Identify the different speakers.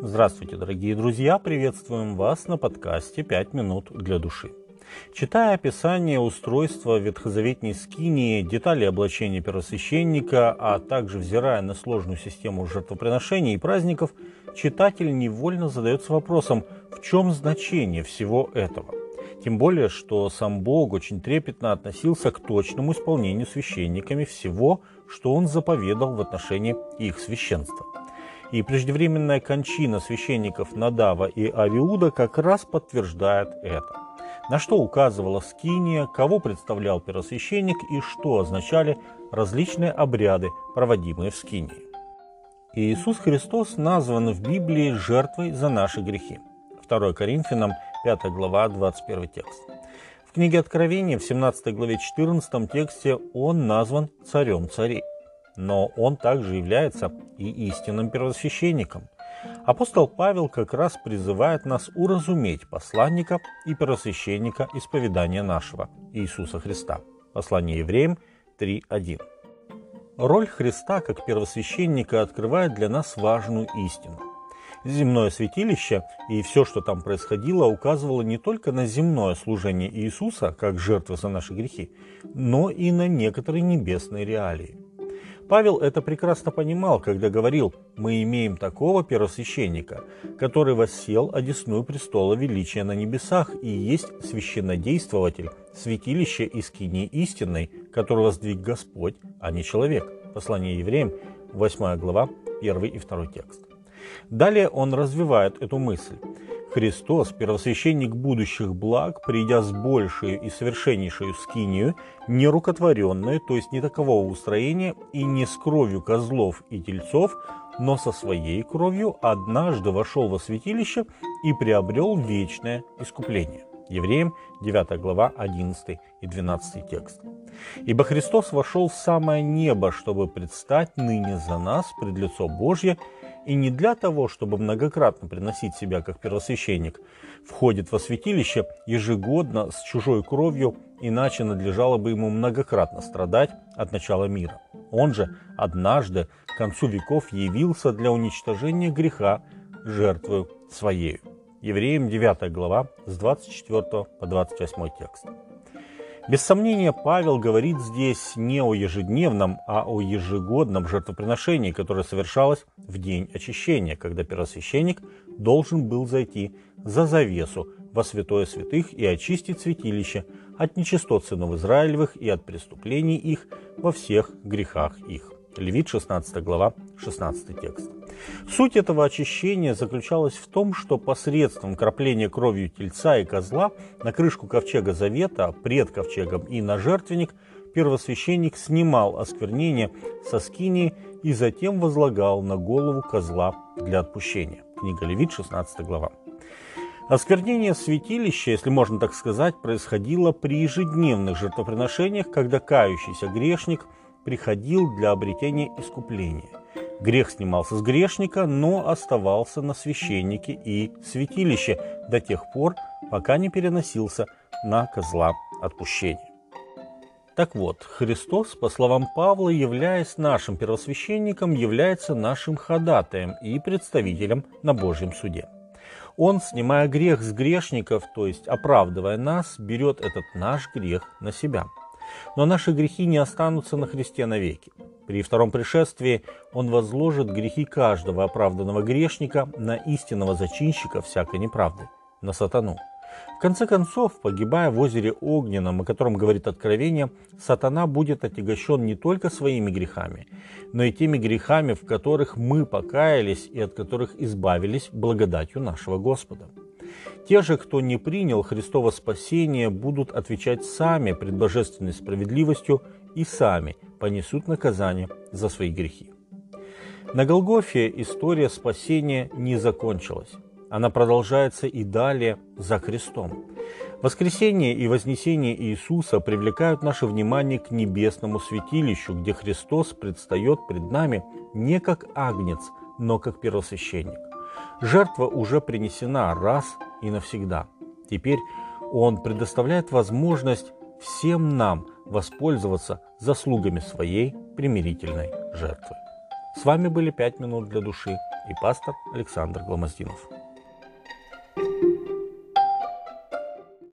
Speaker 1: Здравствуйте, дорогие друзья! Приветствуем вас на подкасте «5 минут для души». Читая описание устройства ветхозаветной скинии, детали облачения первосвященника, а также взирая на сложную систему жертвоприношений и праздников, читатель невольно задается вопросом, в чем значение всего этого? Тем более, что сам Бог очень трепетно относился к точному исполнению священниками всего, что Он заповедал в отношении их священства. И преждевременная кончина священников Надава и Авиуда как раз подтверждает это. На что указывала скиния, кого представлял первосвященник и что означали различные обряды, проводимые в скинии. Иисус Христос назван в Библии жертвой за наши грехи. 2 Коринфянам 5 глава 21 текст. В книге Откровения в 17 главе 14 тексте Он назван царем царей. Но он также является и истинным первосвященником. Апостол Павел как раз призывает нас уразуметь посланника и первосвященника исповедания нашего, Иисуса Христа. Послание Евреям 3:1. Роль Христа как первосвященника открывает для нас важную истину. Земное святилище и все, что там происходило, указывало не только на земное служение Иисуса, как жертвы за наши грехи, но и на некоторые небесные реалии. Павел это прекрасно понимал, когда говорил: «Мы имеем такого первосвященника, который воссел одесную престола величия на небесах и есть священнодействователь, святилище и скинии истинной, который воздвиг Господь, а не человек». Послание Евреям, 8 глава, 1 и 2 текст. Далее он развивает эту мысль. Христос, первосвященник будущих благ, придя с большей и совершеннейшей скинию, не рукотворенной, то есть не такового устроения, и не с кровью козлов и тельцов, но со своей кровью однажды вошел во святилище и приобрел вечное искупление. Евреям 9 глава 11 и 12 текст. «Ибо Христос вошел в самое небо, чтобы предстать ныне за нас пред лицо Божье, и не для того, чтобы многократно приносить себя как первосвященник, входит во святилище ежегодно с чужой кровью, иначе надлежало бы ему многократно страдать от начала мира. Он же однажды к концу веков явился для уничтожения греха жертвою своею». Евреям 9 глава с 24 по 28 текст. Без сомнения, Павел говорит здесь не о ежедневном, а о ежегодном жертвоприношении, которое совершалось в день очищения, когда первосвященник должен был зайти за завесу во святое святых и очистить святилище от нечистот сынов Израилевых и от преступлений их во всех грехах их. Левит 16 глава 16 текст. Суть этого очищения заключалась в том, что посредством кропления кровью тельца и козла на крышку ковчега завета, пред ковчегом и на жертвенник первосвященник снимал осквернение со скинии и затем возлагал на голову козла для отпущения. Книга Левит 16 глава. Осквернение святилища, если можно так сказать, происходило при ежедневных жертвоприношениях, когда кающийся грешник приходил для обретения искупления. Грех снимался с грешника, но оставался на священнике и святилище до тех пор, пока не переносился на козла отпущения. Так вот, Христос, по словам Павла, являясь нашим первосвященником, является нашим ходатаем и представителем на Божьем суде. Он, снимая грех с грешников, то есть оправдывая нас, берет этот наш грех на себя. Но наши грехи не останутся на Христе навеки. При втором пришествии Он возложит грехи каждого оправданного грешника на истинного зачинщика всякой неправды, на сатану. В конце концов, погибая в озере Огненном, о котором говорит Откровение, сатана будет отягощен не только своими грехами, но и теми грехами, в которых мы покаялись и от которых избавились благодатью нашего Господа. Те же, кто не принял Христово спасение, будут отвечать сами пред божественной справедливостью и сами понесут наказание за свои грехи. На Голгофе история спасения не закончилась. Она продолжается и далее за крестом. Воскресение и вознесение Иисуса привлекают наше внимание к небесному святилищу, где Христос предстает пред нами не как агнец, но как первосвященник. Жертва уже принесена раз и навсегда. Теперь Он предоставляет возможность всем нам воспользоваться заслугами своей примирительной жертвы. С вами были 5 минут для души и пастор Александр Гломоздинов.